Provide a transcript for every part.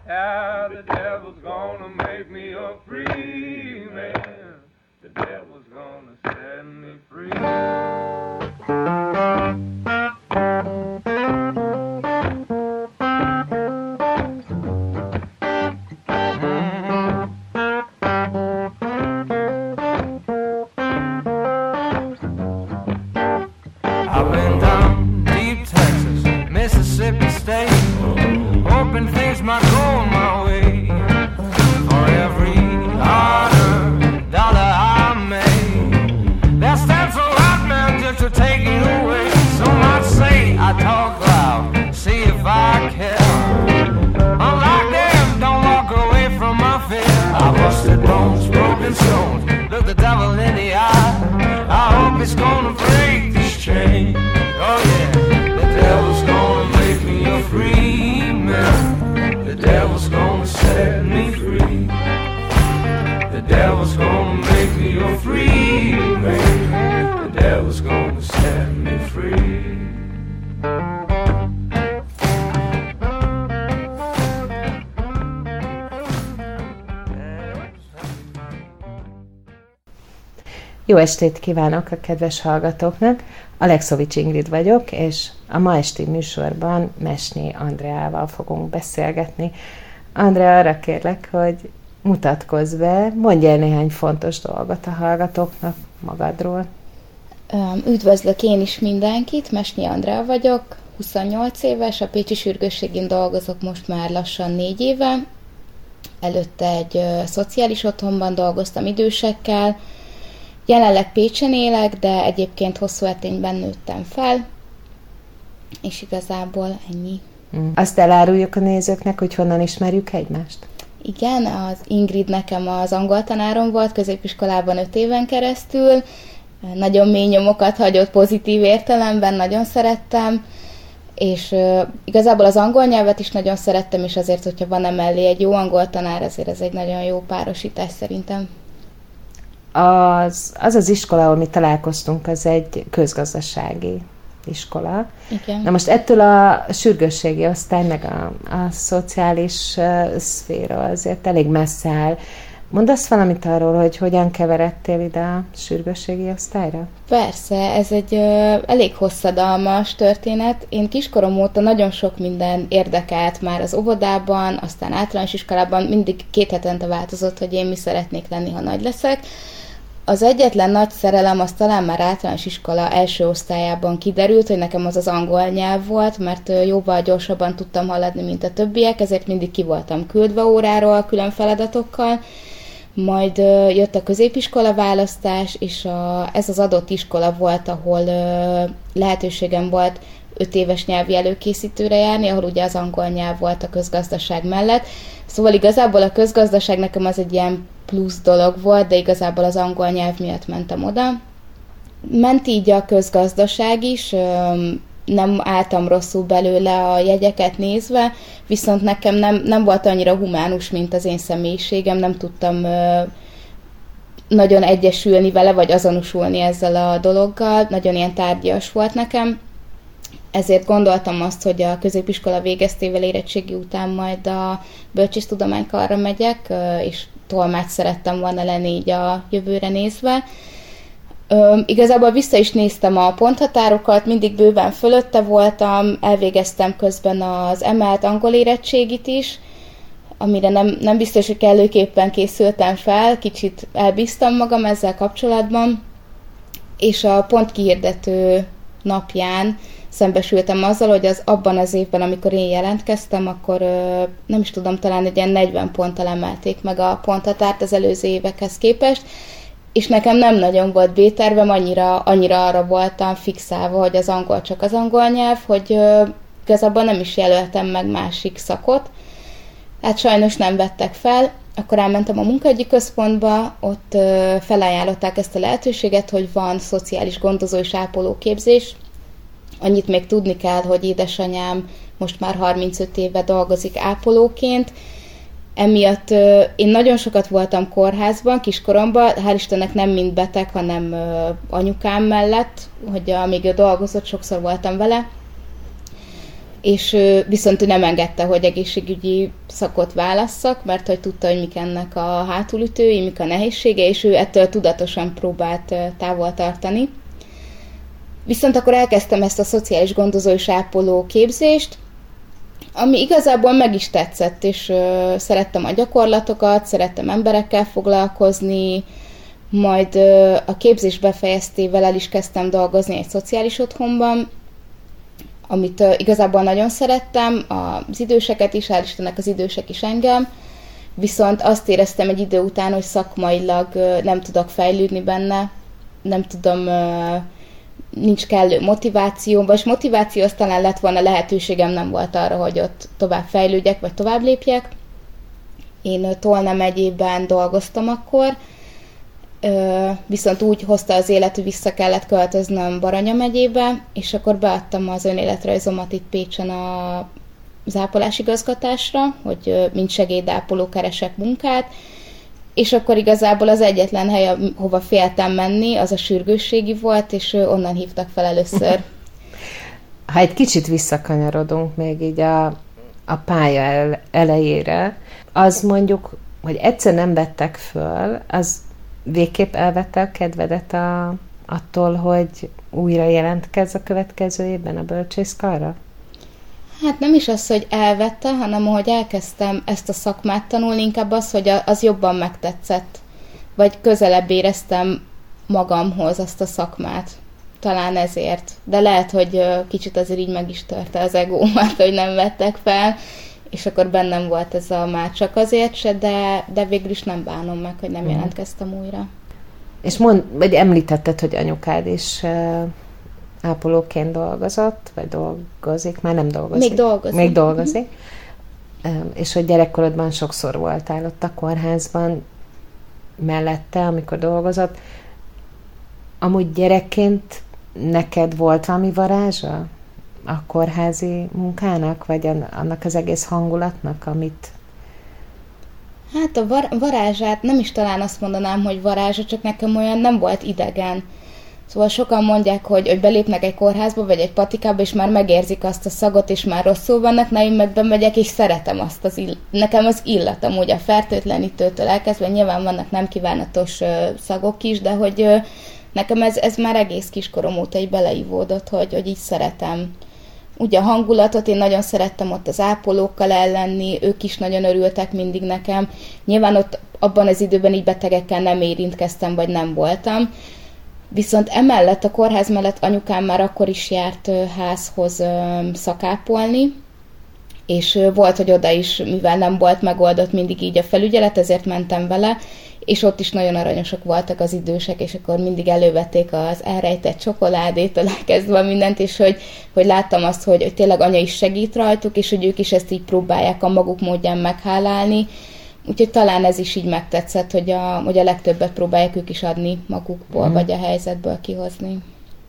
Yeah, the devil's gonna make me a free man. The devil's gonna set me free. I've been down deep Texas, Mississippi State, hoping things might go my way. For every $100 I made, that stands a lot, man, just to take it away. Some might say I talk loud, see if I care. Unlike them, don't walk away from my fear. I busted bones, broken stones, look the devil in the eye. I hope it's gonna break this chain. Oh yeah, the devil's gonna make me a free man. The devil's gonna set me free. The devil's gonna make me a free man. The devil's gonna set me free. Jó estét kívánok a kedves hallgatóknak! Alexovics Ingrid vagyok, és a ma esti műsorban Mesnyi Andreával fogunk beszélgetni. Andrea, arra kérlek, hogy mutatkozz be, mondj el néhány fontos dolgot a hallgatóknak magadról. Üdvözlök én is mindenkit, Mesnyi Andrea vagyok, 28 éves, a Pécsi Sürgősségén dolgozok most már lassan 4 éve. Előtte egy szociális otthonban dolgoztam idősekkel. Jelenleg Pécsen élek, de egyébként Hosszúetényben nőttem fel, és igazából ennyi. Azt eláruljuk a nézőknek, hogy honnan ismerjük egymást? Igen, az Ingrid nekem az angol tanárom volt középiskolában 5 éven keresztül, nagyon mély nyomokat hagyott pozitív értelemben, nagyon szerettem, és igazából az angol nyelvet is nagyon szerettem, és azért, hogyha van emellé egy jó angol tanár, azért ez egy nagyon jó párosítás szerintem. Az iskola, ahol mi találkoztunk, az egy közgazdasági iskola. Igen. Na most ettől a sürgősségi osztály, meg a szociális szféra azért elég messze áll. Mondasz valamit arról, hogy hogyan keveredtél ide a sürgősségi osztályra? Persze, ez egy elég hosszadalmas történet. Én kiskorom óta nagyon sok minden érdekelt már az óvodában, aztán általános iskolában mindig 2 hetente változott, hogy én mi szeretnék lenni, ha nagy leszek. Az egyetlen nagy szerelem az talán már általános iskola első osztályában kiderült, hogy nekem az angol nyelv volt, mert jóval gyorsabban tudtam haladni, mint a többiek, ezért mindig ki voltam küldve óráról külön feladatokkal. Majd jött a középiskola választás, és ez az adott iskola volt, ahol lehetőségem volt 5 éves nyelvi előkészítőre járni, ahol ugye az angol nyelv volt a közgazdaság mellett. Szóval igazából a közgazdaság nekem az egy ilyen plusz dolog volt, de igazából az angol nyelv miatt mentem oda. Ment így a közgazdaság is, nem álltam rosszul belőle a jegyeket nézve, viszont nekem nem volt annyira humánus, mint az én személyiségem, nem tudtam nagyon egyesülni vele, vagy azonosulni ezzel a dologgal, nagyon ilyen tárgyas volt nekem. Ezért gondoltam azt, hogy a középiskola végeztével érettségi után majd a bölcsésztudománykarra megyek, és tolmács szerettem volna lenni így a jövőre nézve. Igazából vissza is néztem a ponthatárokat, mindig bőven fölötte voltam, elvégeztem közben az emelt angol érettségit is, amire nem biztos, hogy kellőképpen készültem fel, kicsit elbíztam magam ezzel kapcsolatban, és a pontkihirdető napján szembesültem azzal, hogy abban az évben, amikor én jelentkeztem, akkor nem is tudom, talán egy ilyen 40 ponttal emelték meg a ponthatárt az előző évekhez képest, és nekem nem nagyon volt B-tervem, annyira arra voltam fixálva, hogy az angol csak az angol nyelv, hogy igazából nem is jelöltem meg másik szakot. Hát sajnos nem vettek fel, akkor elmentem a munkaügyi központba, ott felajánlották ezt a lehetőséget, hogy van szociális gondozó és ápolóképzés. Annyit még tudni kell, hogy édesanyám most már 35 éve dolgozik ápolóként. Emiatt én nagyon sokat voltam kórházban, kiskoromban, hál' Istennek nem mind beteg, hanem anyukám mellett, hogy amíg ő dolgozott, sokszor voltam vele. és viszont ő nem engedte, hogy egészségügyi szakot válasszak, mert hogy tudta, hogy mik ennek a hátulütői, mik a nehézsége, és ő ettől tudatosan próbált távol tartani. Viszont akkor elkezdtem ezt a szociális gondozó és ápoló képzést, ami igazából meg is tetszett, és szerettem a gyakorlatokat, szerettem emberekkel foglalkozni, majd a képzés befejeztével el is kezdtem dolgozni egy szociális otthonban, amit igazából nagyon szerettem, az időseket is, hál' Istennek az idősek is engem, viszont azt éreztem egy idő után, hogy szakmailag nem tudok fejlődni benne, nem tudom, nincs kellő motiváció, vagy motiváció az talán lett volna, lehetőségem nem volt arra, hogy ott tovább fejlődjek, vagy tovább lépjek. Én Tolna megyében dolgoztam akkor, viszont úgy hozta az élet, hogy vissza kellett költöznöm Baranya megyébe, és akkor beadtam az önéletrajzomat itt Pécsen az ápolásigazgatásra, hogy mint segédápoló keresek munkát, és akkor igazából az egyetlen hely, hova féltem menni, az a sürgősségi volt, és onnan hívtak fel először. Ha egy kicsit visszakanyarodunk még így a pálya elejére, az mondjuk, hogy egyszer nem vettek föl, az végképp elvette a kedvedet attól, hogy újra jelentkezz a következő évben a bölcsészkarra? Hát nem is az, hogy elvette, hanem ahogy elkezdtem ezt a szakmát tanulni, inkább az, hogy az jobban megtetszett. Vagy közelebb éreztem magamhoz azt a szakmát. Talán ezért. De lehet, hogy kicsit azért így meg is törte az egómat, hogy nem vettek fel, és akkor bennem volt ez a már csak azért se, de végül is nem bánom meg, hogy nem jelentkeztem újra. És vagy említetted, hogy anyukád is ápolóként dolgozott, vagy dolgozik, már nem dolgozik. Még dolgozik. És hogy gyerekkorodban sokszor voltál ott a kórházban mellette, amikor dolgozott. Amúgy gyerekként neked volt valami varázsa a kórházi munkának, vagy annak az egész hangulatnak, amit... Hát a varázsát nem is talán azt mondanám, hogy varázsa, csak nekem olyan nem volt idegen. Szóval sokan mondják, hogy belépnek egy kórházba, vagy egy patikába, és már megérzik azt a szagot, és már rosszul vannak, na én meg bemegyek, és szeretem azt nekem az illatom, úgy a fertőtlenítőtől elkezdve, nyilván vannak nem kívánatos szagok is, de hogy nekem ez már egész kiskorom óta így beleivódott, hogy így szeretem. Ugye a hangulatot, én nagyon szerettem ott az ápolókkal ellenni, ők is nagyon örültek mindig nekem. Nyilván ott abban az időben így betegekkel nem érintkeztem, vagy nem voltam. Viszont emellett, a kórház mellett anyukám már akkor is járt házhoz szakápolni, és volt, hogy oda is, mivel nem volt megoldott mindig így a felügyelet, ezért mentem vele, és ott is nagyon aranyosak voltak az idősek, és akkor mindig elővették az elrejtett csokoládétől elkezdve mindent, és hogy láttam azt, hogy tényleg anya is segít rajtuk, és hogy ők is ezt így próbálják a maguk módján meghálálni. Úgyhogy talán ez is így megtetszett, hogy a legtöbbet próbálják ők is adni magukból, vagy a helyzetből kihozni.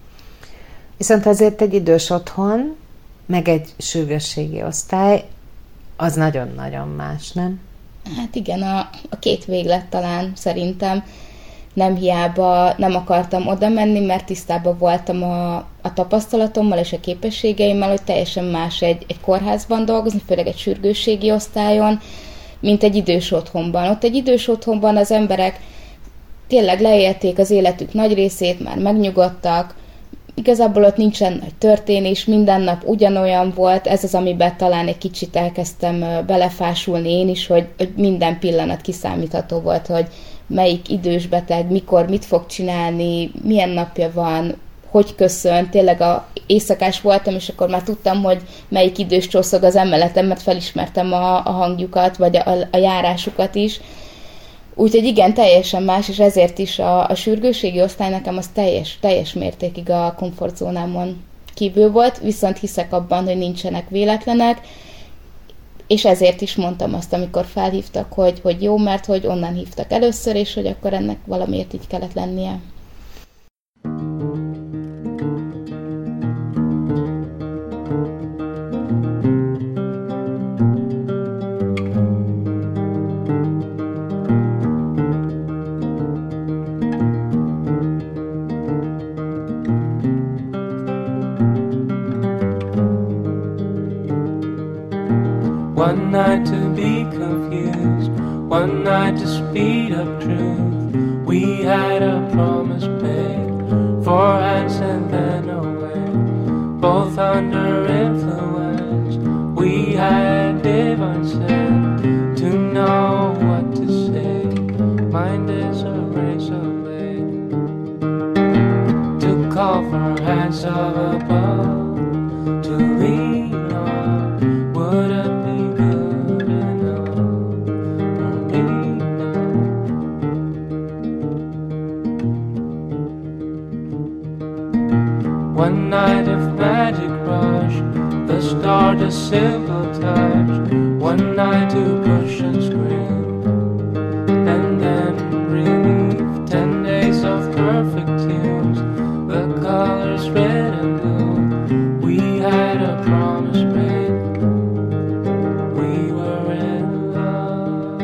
Viszont azért egy idős otthon, meg egy sürgősségi osztály, az nagyon-nagyon más, nem? Hát igen, a két véglet talán szerintem. Nem hiába nem akartam oda menni, mert tisztában voltam a tapasztalatommal és a képességeimmel, hogy teljesen más egy kórházban dolgozni, főleg egy sürgősségi osztályon, mint egy idős otthonban. Ott egy idős otthonban az emberek tényleg leélték az életük nagy részét, már megnyugodtak, igazából ott nincsen nagy történés, minden nap ugyanolyan volt, ez az, amiben talán egy kicsit elkezdtem belefásulni én is, hogy minden pillanat kiszámítható volt, hogy melyik idős beteg, mikor, mit fog csinálni, milyen napja van, hogy köszön, tényleg éjszakás voltam, és akkor már tudtam, hogy melyik idős csosszog az emeletem, mert felismertem a hangjukat, vagy a járásukat is. Úgyhogy igen, teljesen más, és ezért is a sürgősségi osztály nekem az teljes mértékig a komfortzónámon kívül volt, viszont hiszek abban, hogy nincsenek véletlenek, és ezért is mondtam azt, amikor felhívtak, hogy jó, mert hogy onnan hívtak először, és hogy akkor ennek valamiért így kellett lennie. One night to be confused, one night to speed up truth. We had a promise made, 4 hands and then away, both under influence. We had divine sense to know what to say. Mind is a razor blade to call for hands of above, to lean on. Would it be good enough for me now? One night of magic rush, the start a simple touch. One night to push and scream, and then relief. 10 days of perfect tunes, the colors red and blue. We had a promise made, we were in love.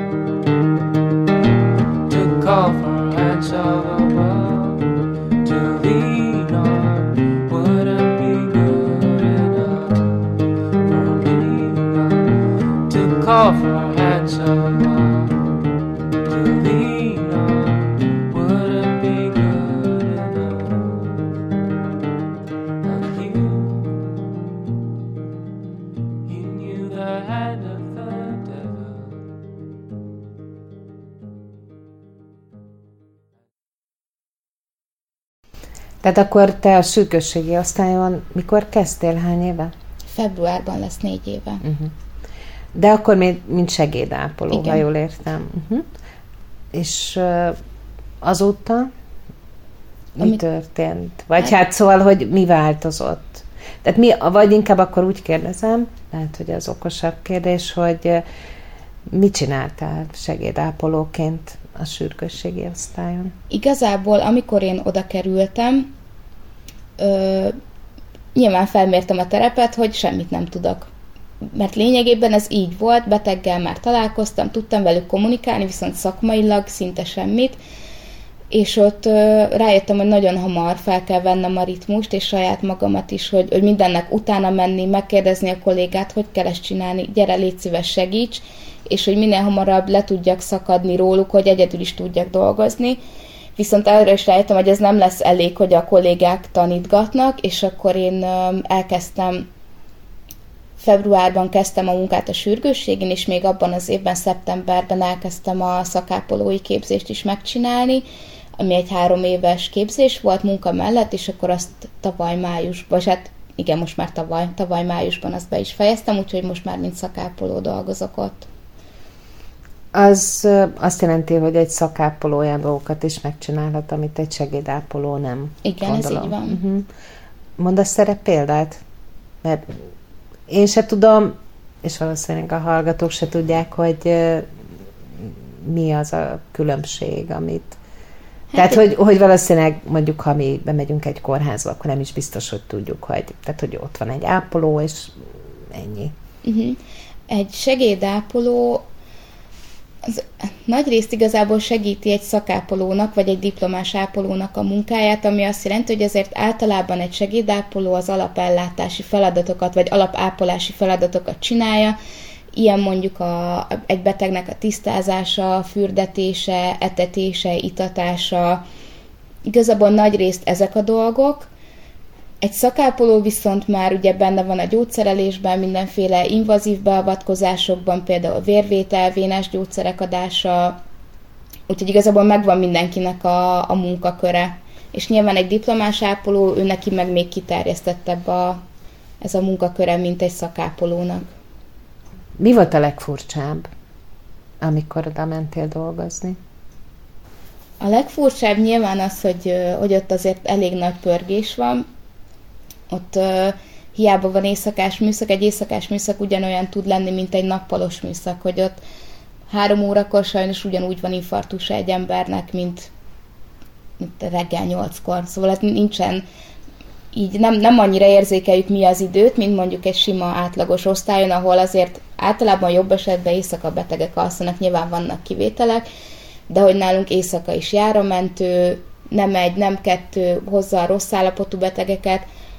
To call for hands of above, to lean on. Would it be good enough for me now? To call for hands of above, to lean on. Would it be good enough? And you knew the hand of the devil. Tehát akkor te a sürgősségi osztályon mikor kezdtél, hány éve? Februárban lesz 4 éve. De akkor még mint segédápoló, Igen. ha jól értem. És azóta mi történt? Vagy hát szóval, hogy mi változott? Tehát vagy inkább akkor úgy kérdezem, lehet, hogy az okosabb kérdés, hogy mit csináltál segédápolóként a sürgősségi osztályon? Igazából, amikor én oda kerültem, nyilván felmértem a terepet, hogy semmit nem tudok. Mert lényegében ez így volt, beteggel már találkoztam, tudtam velük kommunikálni, viszont szakmailag szinte semmit, és ott rájöttem, hogy nagyon hamar fel kell vennem a ritmust, és saját magamat is, hogy mindennek utána menni, megkérdezni a kollégát, hogy kell ezt csinálni, gyere, légy szíves, segíts, és hogy minél hamarabb le tudjak szakadni róluk, hogy egyedül is tudjak dolgozni. Viszont arra is rájöttem, hogy ez nem lesz elég, hogy a kollégák tanítgatnak, és akkor én februárban kezdtem a munkát a sürgősségén, és még abban az évben, szeptemberben elkezdtem a szakápolói képzést is megcsinálni, ami egy 3 éves képzés volt munka mellett, és akkor azt tavaly májusban, vagy hát igen, most már tavaly májusban azt be is fejeztem, úgyhogy most már mint szakápoló dolgozok ott. Az azt jelenti, hogy egy szakápoló olyan dolgokat is megcsinálhat, amit egy segédápoló nem. Igen, gondolom. ez így van. Mondasz erre példát? Mert én se tudom, és valószínűleg a hallgatók se tudják, hogy mi az a különbség, amit... Tehát, hogy valószínűleg mondjuk, ha mi bemegyünk egy kórházba, akkor nem is biztos, hogy tudjuk, hogy ott van egy ápoló, és ennyi. Egy segédápoló az nagyrészt igazából segíti egy szakápolónak, vagy egy diplomás ápolónak a munkáját, ami azt jelenti, hogy ezért általában egy segédápoló az alapellátási feladatokat, vagy alapápolási feladatokat csinálja, ilyen mondjuk egy betegnek a tisztázása, fürdetése, etetése, itatása, igazából nagyrészt ezek a dolgok. Egy szakápoló viszont már ugye benne van a gyógyszerelésben, mindenféle invazív beavatkozásokban, például vérvétel, vénás gyógyszerek adása, úgyhogy igazából megvan mindenkinek a munkaköre. És nyilván egy diplomás ápoló, ő neki meg még kiterjesztettebb ez a munkaköre, mint egy szakápolónak. Mi volt a legfurcsább, amikor oda mentél dolgozni? A legfurcsább nyilván az, hogy ott azért elég nagy pörgés van. Ott hiába van éjszakás műszak, egy éjszakás műszak ugyanolyan tud lenni, mint egy nappalos műszak, hogy ott 3 órakor sajnos ugyanúgy van infarktusa egy embernek, mint reggel 8-kor. Szóval hát nincsen, így nem annyira érzékeljük mi az időt, mint mondjuk egy sima átlagos osztályon, ahol azért általában jobb esetben éjszaka betegek alszanak, nyilván vannak kivételek, de hogy nálunk éjszaka is jár a mentő, nem 1, nem 2, hozza a rossz állapotú betegeket.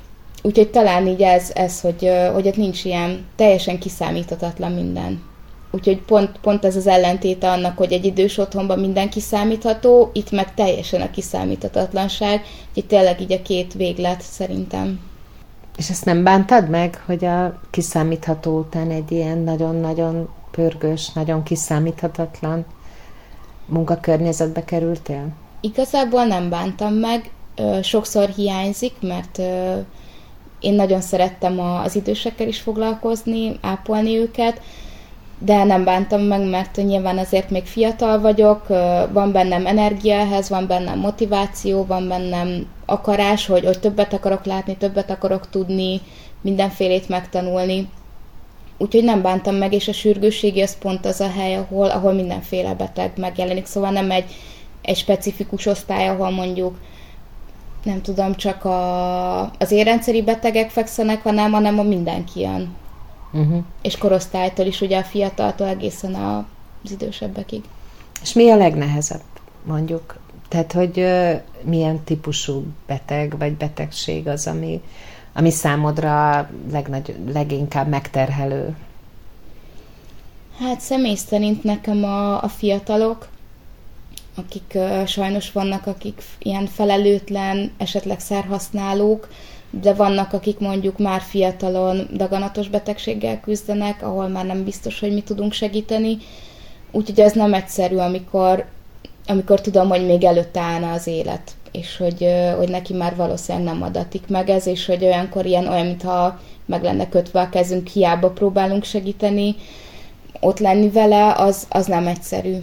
Úgyhogy talán így ez hogy ott nincs ilyen teljesen kiszámíthatatlan minden. Úgyhogy pont ez az ellentéte annak, hogy egy idős otthonban minden kiszámítható, itt meg teljesen a kiszámíthatatlanság, úgyhogy tényleg így a két véglet szerintem. És ezt nem bántad meg, hogy a kiszámítható után egy ilyen nagyon-nagyon pörgős, nagyon kiszámíthatatlan munkakörnyezetbe kerültél? Igazából nem bántam meg, sokszor hiányzik, mert én nagyon szerettem az idősekkel is foglalkozni, ápolni őket, de nem bántam meg, mert nyilván azért még fiatal vagyok, van bennem energia ehhez, van bennem motiváció, van bennem akarás, hogy többet akarok látni, többet akarok tudni, mindenfélét megtanulni. Úgyhogy nem bántam meg, és a sürgősségi az pont az a hely, ahol mindenféle beteg megjelenik. Szóval nem egy specifikus osztály, ahol mondjuk nem tudom, csak az érrendszeri betegek fekszenek, hanem a mindenki jön. Uh-huh. És korosztálytól is, ugye a fiataltól egészen az idősebbekig. És mi a legnehezebb, mondjuk? Tehát, hogy milyen típusú beteg vagy betegség az, ami számodra leginkább megterhelő? Hát személy szerint nekem a fiatalok, akik sajnos vannak, akik ilyen felelőtlen, esetleg szerhasználók, de vannak, akik mondjuk már fiatalon daganatos betegséggel küzdenek, ahol már nem biztos, hogy mi tudunk segíteni. Úgyhogy ez nem egyszerű, amikor tudom, hogy még előtte állna az élet, és hogy neki már valószínűleg nem adatik meg ez, és hogy olyankor olyan, mintha meg lenne kötve a kezünk, hiába próbálunk segíteni, ott lenni vele, az nem egyszerű.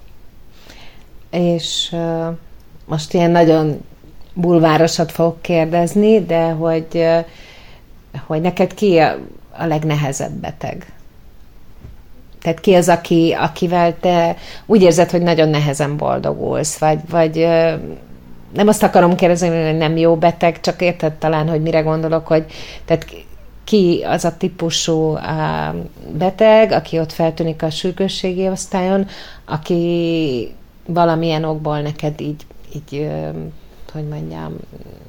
És most ilyen nagyon bulvárosat fogok kérdezni, de hogy neked ki a legnehezebb beteg? Tehát ki az, akivel te úgy érzed, hogy nagyon nehezen boldogulsz, vagy nem azt akarom kérdezni, hogy nem jó beteg, csak érted talán, hogy mire gondolok, hogy tehát ki az a típusú beteg, aki ott feltűnik a sürgősségi osztályon, aki valamilyen okból neked így hogy mondjam,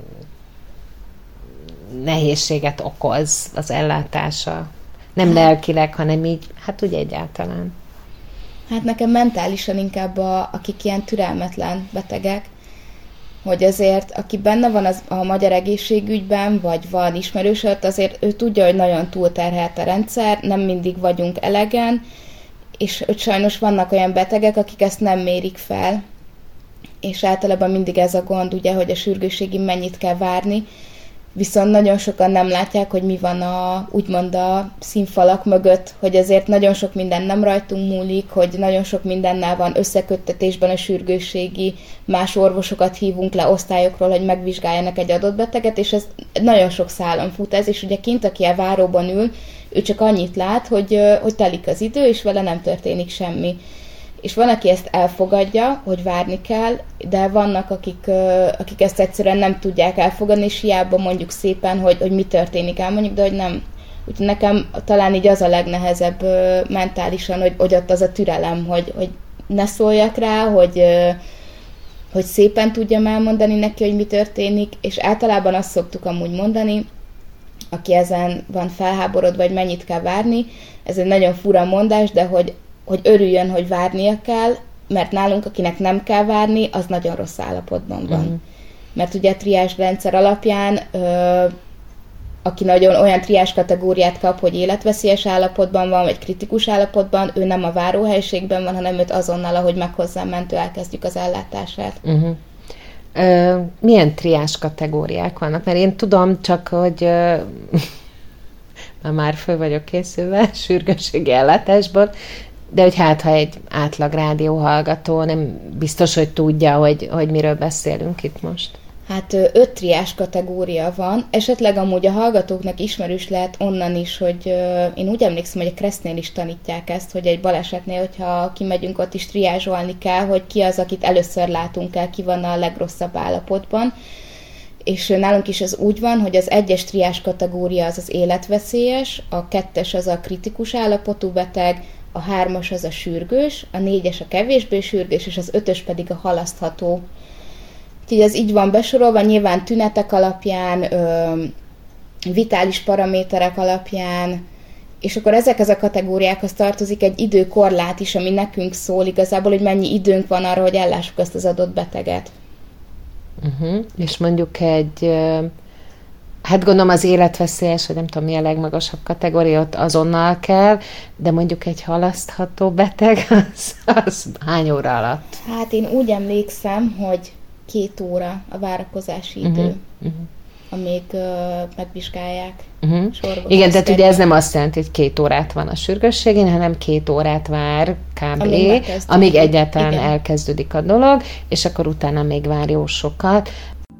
nehézséget okoz az ellátása. Nem lelkileg, hanem így, hát úgy egyáltalán. Hát nekem mentálisan inkább akik ilyen türelmetlen betegek, hogy azért, aki benne van a magyar egészségügyben, vagy van ismerősöt, azért ő tudja, hogy nagyon túlterhelt a rendszer, nem mindig vagyunk elegen, és hogy sajnos vannak olyan betegek, akik ezt nem mérik fel, és általában mindig ez a gond, ugye, hogy a sürgősségin mennyit kell várni, viszont nagyon sokan nem látják, hogy mi van úgymond a színfalak mögött, hogy azért nagyon sok minden nem rajtunk múlik, hogy nagyon sok mindennel van összeköttetésben a sürgősségi, más orvosokat hívunk le osztályokról, hogy megvizsgáljanak egy adott beteget, és ez nagyon sok szálon fut ez, és ugye kint, aki a váróban ül, ő csak annyit lát, hogy telik az idő, és vele nem történik semmi. És van, aki ezt elfogadja, hogy várni kell, de vannak, akik ezt egyszerűen nem tudják elfogadni, és hiába mondjuk szépen, hogy mi történik, elmondjuk, de hogy nem. Úgyhogy nekem talán így az a legnehezebb mentálisan, hogy ott az a türelem, hogy ne szóljak rá, hogy szépen tudjam elmondani neki, hogy mi történik, és általában azt szoktuk amúgy mondani, aki ezen van felháborodva, vagy mennyit kell várni, ez egy nagyon fura mondás, de hogy örüljön, hogy várnia kell, mert nálunk, akinek nem kell várni, az nagyon rossz állapotban van. Uh-huh. Mert ugye a triás rendszer alapján, aki nagyon olyan triás kategóriát kap, hogy életveszélyes állapotban van, vagy kritikus állapotban, ő nem a váróhelyiségben van, hanem őt azonnal, ahogy meghozzám mentő, elkezdjük az ellátását. Uh-huh. Milyen triás kategóriák vannak? Mert én tudom csak, hogy már föl vagyok készülve sürgősségi ellátásból, de hogy ha egy átlag rádióhallgató nem biztos, hogy tudja, hogy miről beszélünk itt most. Hát 5 triás kategória van. Esetleg amúgy a hallgatóknak ismerős lehet onnan is, hogy én úgy emlékszem, hogy a Kresznél is tanítják ezt, hogy egy balesetnél, hogyha kimegyünk, ott is triázsolni kell, hogy ki az, akit először látunk el, ki van a legrosszabb állapotban. És nálunk is ez úgy van, hogy az 1-es triás kategória az életveszélyes, a 2-es az a kritikus állapotú beteg, a 3-as az a sürgős, a 4-es a kevésbé sürgős, és az 5-ös pedig a halasztható. Úgyhogy ez így van besorolva, nyilván tünetek alapján, vitális paraméterek alapján, és akkor ezekhez a kategóriákhoz tartozik egy időkorlát is, ami nekünk szól igazából, hogy mennyi időnk van arra, hogy ellássuk ezt az adott beteget. És mondjuk hát gondolom az életveszélyes, vagy nem tudom mi a legmagasabb kategória, ott azonnal kell, de mondjuk egy halasztható beteg, az hány óra alatt? Hát én úgy emlékszem, hogy 2 óra a várakozási idő, amíg megvizsgálják. Igen, tehát ugye ez nem azt jelenti, hogy 2 órát van a sürgősségén, hanem 2 órát vár kb. Amíg egyáltalán elkezdődik a dolog, és akkor utána még vár jó sokat.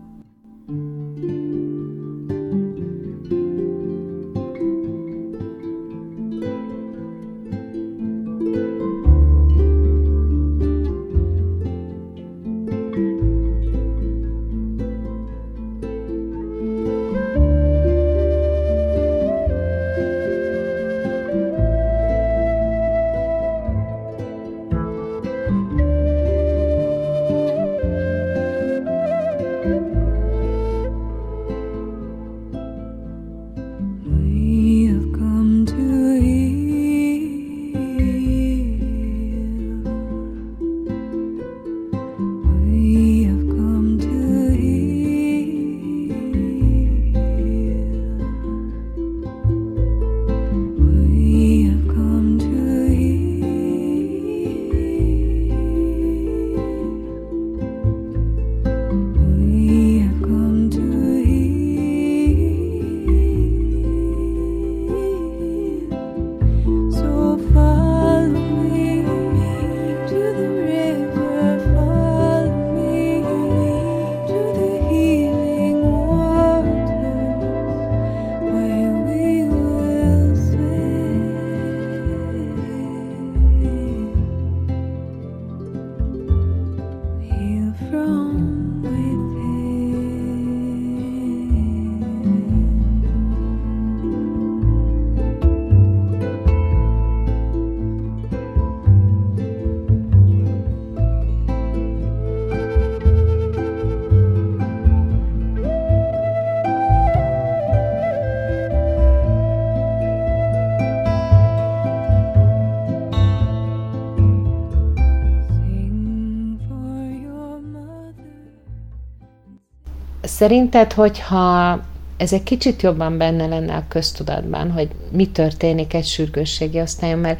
Szerinted, hogyha ez egy kicsit jobban benne lenne a köztudatban, hogy mi történik egy sürgősségi osztályon, mert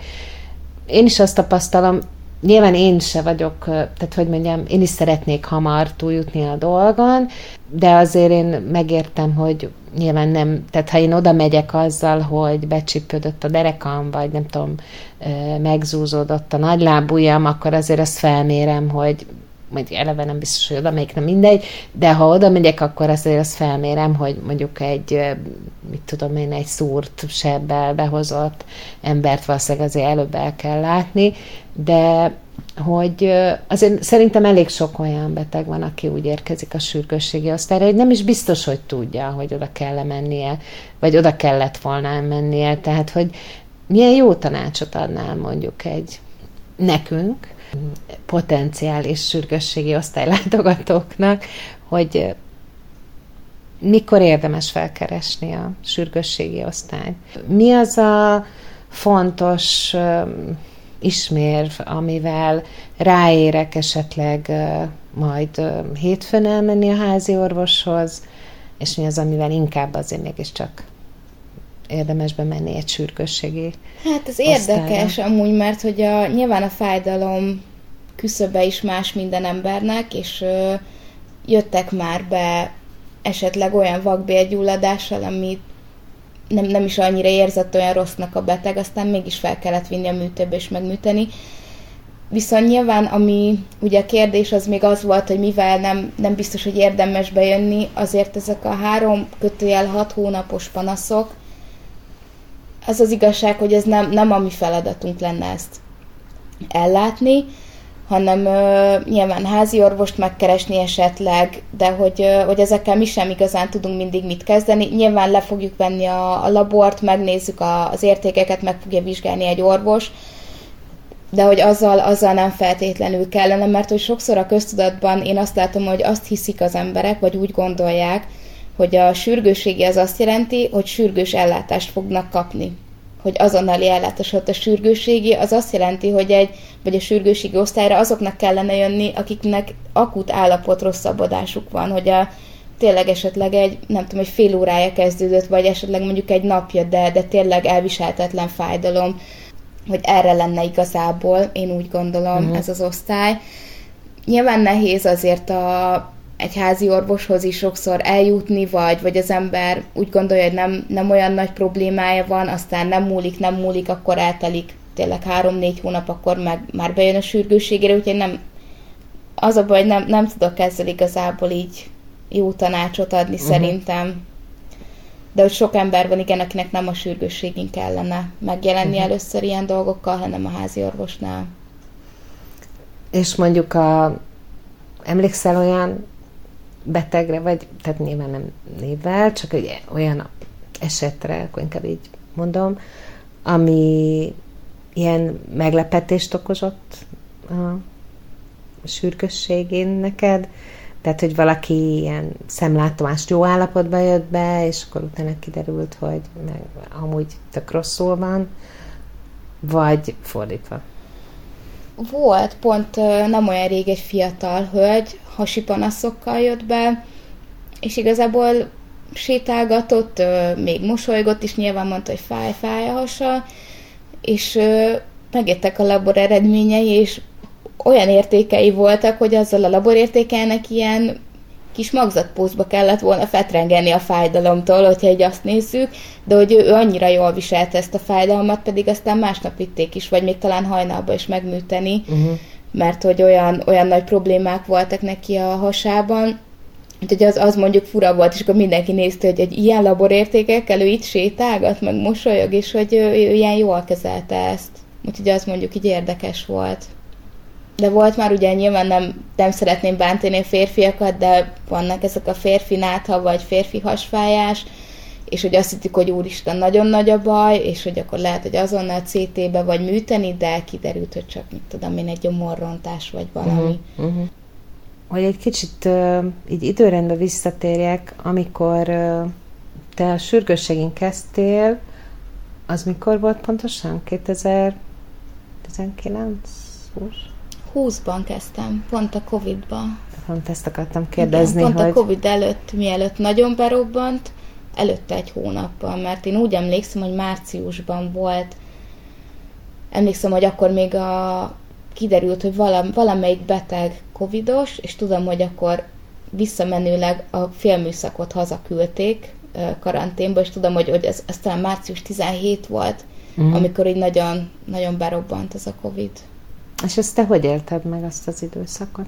én is azt tapasztalom, nyilván én se vagyok, tehát hogy mondjam, én is szeretnék hamar túljutni a dolgon, de azért én megértem, hogy nyilván nem, tehát ha én oda megyek azzal, hogy becsípődött a derekam, vagy nem tudom, megzúzódott a nagylábujjam, akkor azért azt felmérem, hogy majd eleve nem biztos, hogy oda megyek, nem mindegy, de ha oda megyek, akkor azért azt felmérem, hogy mondjuk egy, mit tudom én, egy szúrt sebbel behozott embert valószínűleg azért előbb el kell látni, de hogy azért szerintem elég sok olyan beteg van, aki úgy érkezik a sürgősségi osztályra, hogy nem is biztos, hogy tudja, hogy oda kell mennie, vagy oda kellett volna mennie, tehát hogy milyen jó tanácsot adnál mondjuk nekünk, potenciális sürgősségi osztálylátogatóknak, hogy mikor érdemes felkeresni a sürgősségi osztályt. Mi az a fontos ismérv, amivel ráérek esetleg majd hétfőn elmenni a házi orvoshoz, és mi az, amivel inkább azért mégiscsak érdemes bemenni egy sürgősségi Hát ez érdekes amúgy, mert hogy nyilván a fájdalom küszöbe is más minden embernek, és jöttek már be esetleg olyan vakbélgyulladással, amit nem is annyira érzett olyan rossznak a beteg, aztán mégis fel kellett vinni a műtőbe és megműteni. Viszont nyilván, ami ugye a kérdés az még az volt, hogy mivel nem biztos, hogy érdemes bejönni, azért ezek a 3-6 hónapos panaszok, az az igazság, hogy ez nem a mi feladatunk lenne ezt ellátni, hanem nyilván házi orvost megkeresni esetleg, de hogy ezekkel mi sem igazán tudunk mindig mit kezdeni. Nyilván le fogjuk venni a labort, megnézzük az értékeket, meg fogja vizsgálni egy orvos, de hogy azzal nem feltétlenül kellene, mert hogy sokszor a köztudatban én azt látom, hogy azt hiszik az emberek, vagy úgy gondolják, hogy a sürgősségi az azt jelenti, hogy sürgős ellátást fognak kapni. Hogy azonnali ellátás, a sürgősségi az azt jelenti, hogy vagy a sürgősségi osztályra azoknak kellene jönni, akiknek akut állapot rosszabbodásuk van, hogy tényleg esetleg egy fél órája kezdődött, vagy esetleg mondjuk egy napja, de tényleg elviselhetetlen fájdalom, hogy erre lenne igazából, én úgy gondolom, ez az osztály. Nyilván nehéz azért egy házi orvoshoz is sokszor eljutni, vagy az ember úgy gondolja, hogy nem olyan nagy problémája van, aztán nem múlik, akkor eltelik tényleg 3-4 hónap, akkor már bejön a sürgősségére, úgyhogy az a baj, hogy nem tudok ezzel igazából így jó tanácsot adni szerintem. De hogy sok ember van, igen, akinek nem a sürgősségén kellene megjelenni először ilyen dolgokkal, hanem a házi orvosnál. És mondjuk emlékszel olyan betegre, vagy, tehát nyilván nem névvel, csak egy olyan esetre, akkor inkább így mondom, ami ilyen meglepetést okozott a sürgősségén neked, tehát, hogy valaki ilyen szemlátomást jó állapotban jött be, és akkor utána kiderült, hogy meg amúgy tök rosszul van, vagy fordítva. Volt pont nem olyan rég egy fiatal hölgy, hasi panaszokkal jött be, és igazából sétálgatott, még mosolygott, és nyilván mondta, hogy fáj a hasa, és megjöttek a labor eredményei, és olyan értékei voltak, hogy azzal a laborértékelnek ilyen kis magzatpózba kellett volna fetrengeni a fájdalomtól, hogyha így azt nézzük, de hogy ő annyira jól viselte ezt a fájdalmat, pedig aztán másnap vitték is, vagy még talán hajnalba is megműteni, mert hogy olyan nagy problémák voltak neki a hasában, úgyhogy az mondjuk fura volt, és akkor mindenki nézte, hogy ilyen laborértékekkel ő itt sétálgat, meg mosolyog, és hogy ő ilyen jól kezelte ezt. Úgyhogy az mondjuk így érdekes volt. De volt már ugye nyilván nem szeretném bántani a férfiakat, de vannak ezek a férfi nátha vagy férfi hasfájás, és hogy azt hittük, hogy úristen, nagyon nagy a baj, és hogy akkor lehet, hogy azonnal CT-be vagy műteni, de kiderült, hogy csak egy gyomorrontás vagy valami. Hogy egy kicsit így időrendbe visszatérjek, amikor te a sürgősségén kezdtél, az mikor volt pontosan? 2019? 20-ban kezdtem, pont a Covid-ban. Pont ezt akartam kérdezni, igen, pont hogy... a Covid előtt, mielőtt nagyon berobbant, előtte egy hónappal, mert én úgy emlékszem, hogy márciusban volt. Emlékszem, hogy akkor még kiderült, hogy valamelyik beteg covidos, és tudom, hogy akkor visszamenőleg a félműszakot hazaküldték karanténba, és tudom, hogy ez talán március 17 volt, amikor így nagyon, nagyon berobbant ez a Covid. És ezt te hogy élted meg, azt az időszakot?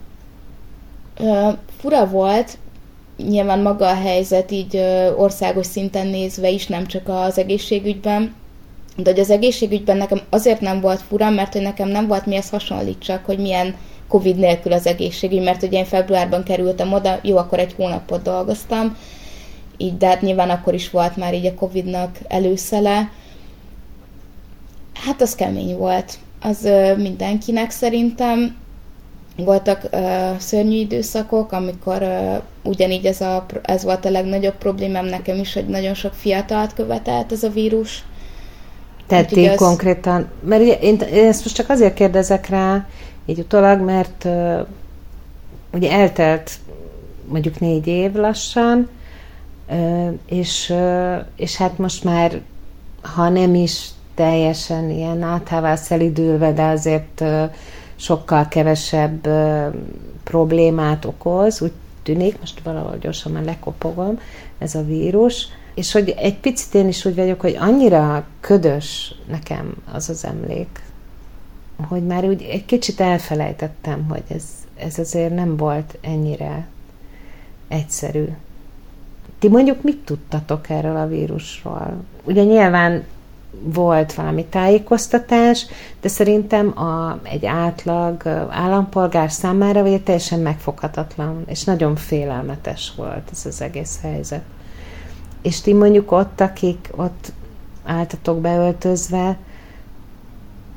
Fura volt, nyilván maga a helyzet így országos szinten nézve is, nem csak az egészségügyben, de hogy az egészségügyben nekem azért nem volt fura, mert hogy nekem nem volt mihez hasonlítsak, hogy milyen Covid nélkül az egészségügy, mert ugye én februárban kerültem oda, jó, akkor egy hónapot dolgoztam, így, de hát nyilván akkor is volt már így a Covidnak előszele. Hát az kemény volt. Az mindenkinek szerintem. Voltak szörnyű időszakok, amikor ugyanígy ez volt a legnagyobb problémám nekem is, hogy nagyon sok fiatalt követelt ez a vírus. Tehát én konkrétan, mert ugye én ezt most csak azért kérdezek rá, így utólag, mert ugye eltelt mondjuk 4 év lassan, és hát most már, ha nem is teljesen ilyen áthává szelidülve, de azért sokkal kevesebb problémát okoz, úgy tűnik, most valahol gyorsan már lekopogom, ez a vírus, és hogy egy picit én is úgy vagyok, hogy annyira ködös nekem az az emlék, hogy már úgy egy kicsit elfelejtettem, hogy ez azért nem volt ennyire egyszerű. Ti mondjuk mit tudtatok erről a vírusról? Ugye nyilván volt valami tájékoztatás, de szerintem egy átlag állampolgár számára vagy teljesen megfoghatatlan, és nagyon félelmetes volt ez az egész helyzet. És ti mondjuk ott, akik ott álltatok beöltözve,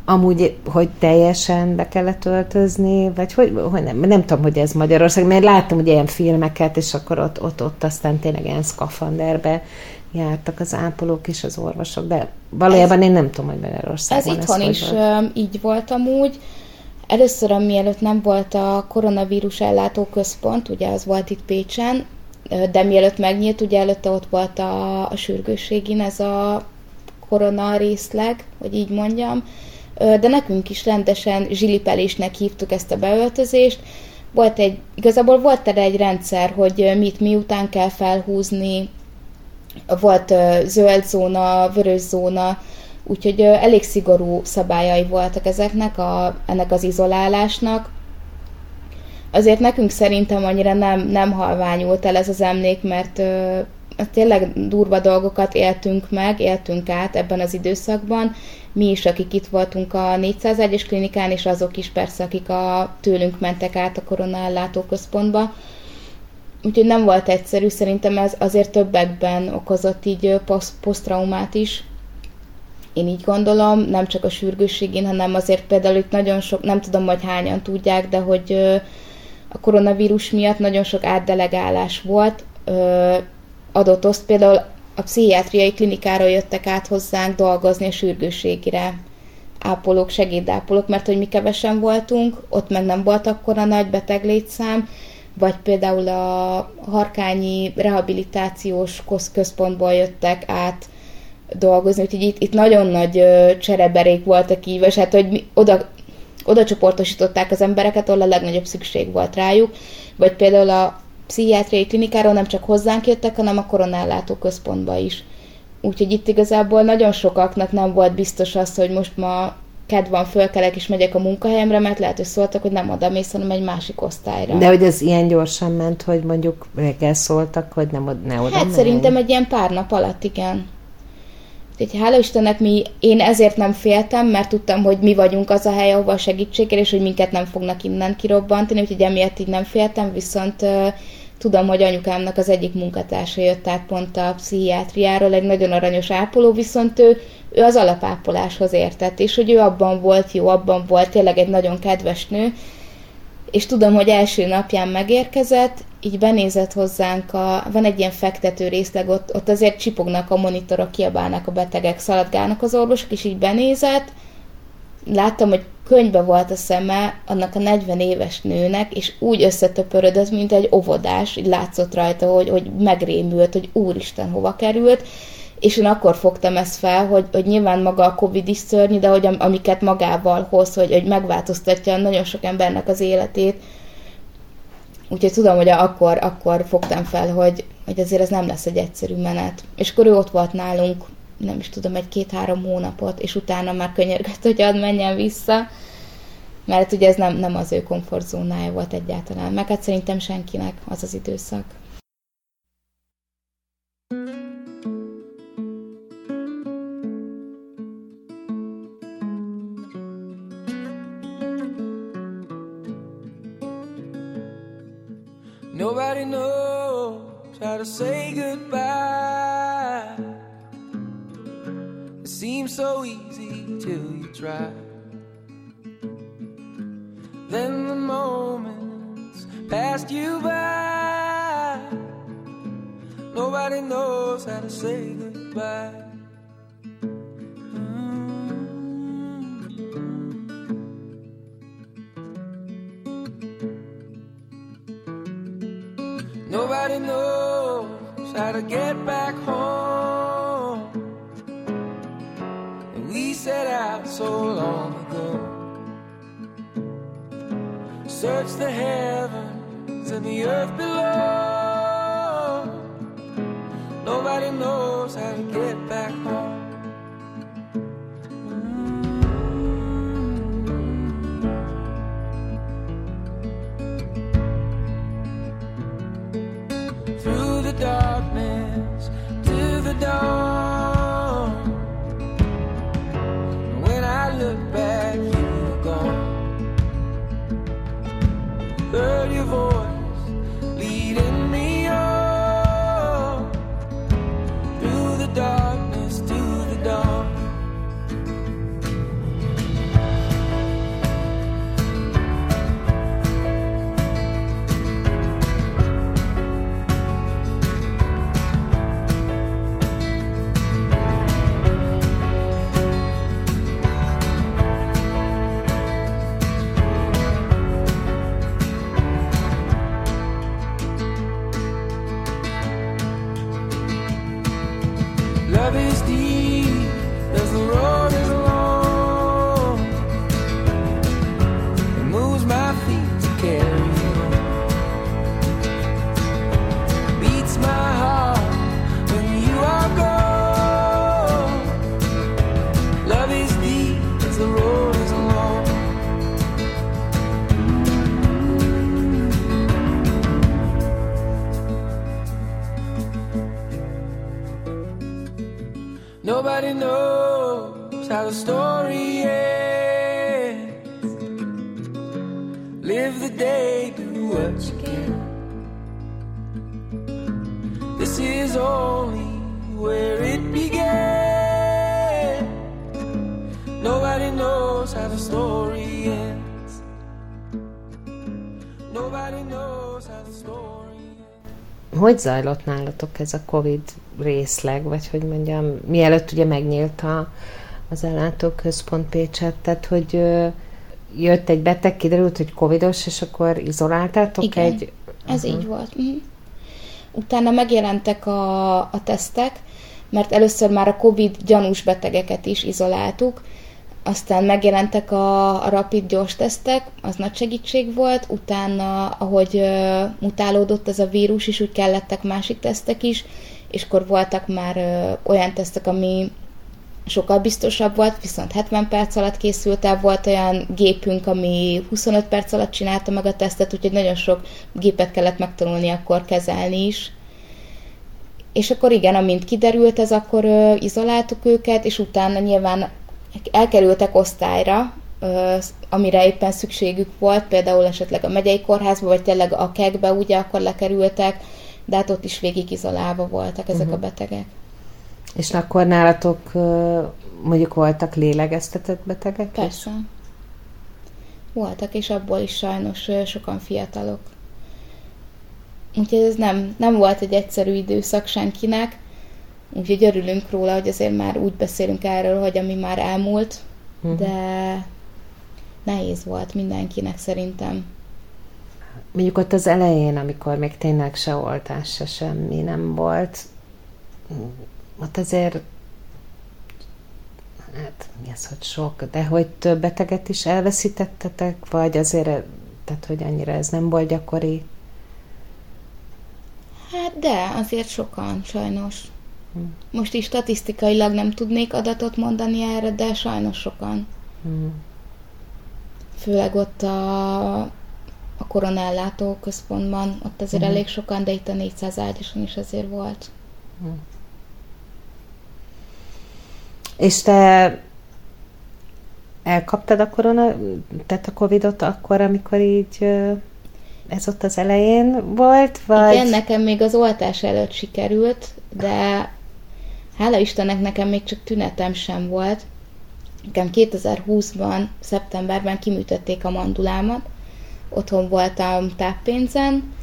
amúgy, hogy teljesen be kellett öltözni, vagy hogy nem tudom, hogy ez Magyarország, mert láttam ugye ilyen filmeket, és akkor ott aztán tényleg ilyen szkafanderbe jártak az ápolók és az orvosok, de valójában én nem tudom, hogy Magyarországon ez itthon is így volt amúgy. Először, mielőtt nem volt a koronavírus ellátóközpont, ugye az volt itt Pécsen, de mielőtt megnyílt, ugye előtte ott volt a sürgősségin ez a korona részleg, hogy így mondjam, de nekünk is rendesen zsilipelésnek hívtuk ezt a beöltözést. Igazából volt erre egy rendszer, hogy mit miután kell felhúzni, volt zöld zóna, vörös zóna, úgyhogy elég szigorú szabályai voltak ennek az izolálásnak. Azért nekünk szerintem annyira nem halványult el ez az emlék, mert tényleg durva dolgokat éltünk át ebben az időszakban. Mi is, akik itt voltunk a 401-es klinikán, és azok is persze, akik tőlünk mentek át a koronaellátóközpontba. Úgyhogy nem volt egyszerű, szerintem ez azért többekben okozott így posztraumát is. Én így gondolom, nem csak a sürgősségén, hanem azért például itt nagyon sok, nem tudom, hogy hányan tudják, de hogy a koronavírus miatt nagyon sok átdelegálás volt, adott oszt, például a pszichiátriai klinikára jöttek át hozzánk dolgozni a sürgősségire ápolók, segédápolók, mert hogy mi kevesen voltunk, ott meg nem volt akkora nagy beteglétszám, vagy például a harkányi rehabilitációs központból jöttek át dolgozni, úgyhogy itt nagyon nagy csereberék voltak így, és hát, hogy oda csoportosították az embereket, ahol a legnagyobb szükség volt rájuk, vagy például a pszichiátriai klinikáról nem csak hozzánk jöttek, hanem a koronellátó központba is. Úgyhogy itt igazából nagyon sokaknak nem volt biztos az, hogy most ma kedv van, fölkelek és megyek a munkahelyemre, mert lehet, hogy szóltak, hogy nem oda mész, hanem egy másik osztályra. De hogy ez ilyen gyorsan ment, hogy mondjuk reggel szóltak, hogy ne oda Hát szerintem egy ilyen pár nap alatt, igen. Úgyhogy hála Istennek én ezért nem féltem, mert tudtam, hogy mi vagyunk az a hely, ahova a segítségért, és hogy minket nem fognak innen kirobbantani, úgyhogy emiatt így nem féltem, viszont tudom, hogy anyukámnak az egyik munkatársa jött át pont a pszichiátriáról, egy nagyon aranyos ápoló, viszont ő az alapápoláshoz értett, és hogy ő abban volt tényleg egy nagyon kedves nő, és tudom, hogy első napján megérkezett, így benézett hozzánk, van egy ilyen fektető részleg, ott azért csipognak a monitorok, kiabálnak a betegek, szaladgálnak az orvosok, és így benézett, láttam, hogy könyvbe volt a szeme annak a 40 éves nőnek, és úgy összetöpörödött, mint egy óvodás, így látszott rajta, hogy megrémült, hogy úristen, hova került, és én akkor fogtam ezt fel, hogy nyilván maga a Covid is szörnyű, de hogy amiket magával hoz, hogy megváltoztatja nagyon sok embernek az életét. Úgyhogy tudom, hogy akkor fogtam fel, hogy azért ez nem lesz egy egyszerű menet. És akkor ő ott volt nálunk, nem is tudom, 1-2-3 hónapot, és utána már könyörgött, hogy hadd menjen vissza, mert ugye ez nem az ő komfortzónája volt egyáltalán. Meg hát szerintem senkinek az az időszak. Nobody knows how to say goodbye. It seems so easy till you try. Then the moments passed you by. Nobody knows how to say goodbye. Nobody knows how to get back home. And we set out so long ago. Search the heavens and the earth below. Nobody knows how to get back home. Darkness to the dawn. When I look back, you were gone. Heard your voice leading me on through the darkness to the dawn. Love is deep as the road is long. It moves my feet to carry on. Beats my heart when you are gone. Love is deep as the road is long. Nobody knows how the story ends. Live the day, do what you can. This is only where it began. Nobody knows how the story ends. Nobody knows how the story ends. Hogy zajlott nálatok ez a Covid részleg, vagy hogy mondjam, mielőtt ugye megnyílt az ellátóközpont Pécset, tehát hogy jött egy beteg, kiderült, hogy covidos, és akkor izoláltátok? Igen, ez így volt. Utána megjelentek a tesztek, mert először már a Covid gyanús betegeket is izoláltuk, aztán megjelentek a rapid gyors tesztek, az nagy segítség volt, utána, ahogy mutálódott ez a vírus is, úgy kellettek másik tesztek is, és akkor voltak már olyan tesztek, ami sokkal biztosabb volt, viszont 70 perc alatt készült el, volt olyan gépünk, ami 25 perc alatt csinálta meg a tesztet, úgyhogy nagyon sok gépet kellett megtanulni akkor kezelni is. És akkor igen, amint kiderült ez, akkor izoláltuk őket, és utána nyilván elkerültek osztályra, amire éppen szükségük volt, például esetleg a megyei kórházba, vagy tényleg a KEK-be, ugye akkor lekerültek, de hát ott is végig izolálva voltak ezek a betegek. És akkor nálatok mondjuk voltak lélegeztetett betegek? Persze. Voltak, és abból is sajnos sokan fiatalok. Úgyhogy ez nem volt egy egyszerű időszak senkinek, úgyhogy örülünk róla, hogy azért már úgy beszélünk erről, hogy ami már elmúlt, de nehéz volt mindenkinek szerintem. Mondjuk ott az elején, amikor még tényleg se oltás, se semmi nem volt, ott azért, hát mi az, hogy sok, de hogy több beteget is elveszítettetek, vagy azért, tehát hogy annyira ez nem volt gyakori? Hát de, azért sokan, sajnos. Most is statisztikailag nem tudnék adatot mondani erre, de sajnos sokan. Főleg ott a koronellátó központban, ott azért elég sokan, de itt a 400 ágyason is azért volt. És te elkaptad a tehát a Covidot akkor, amikor így ez ott az elején volt? Vagy? Igen, nekem még az oltás előtt sikerült, de hála Istennek nekem még csak tünetem sem volt. Nekem 2020-ban, szeptemberben kiműtötték a mandulámat, otthon voltam táppénzen,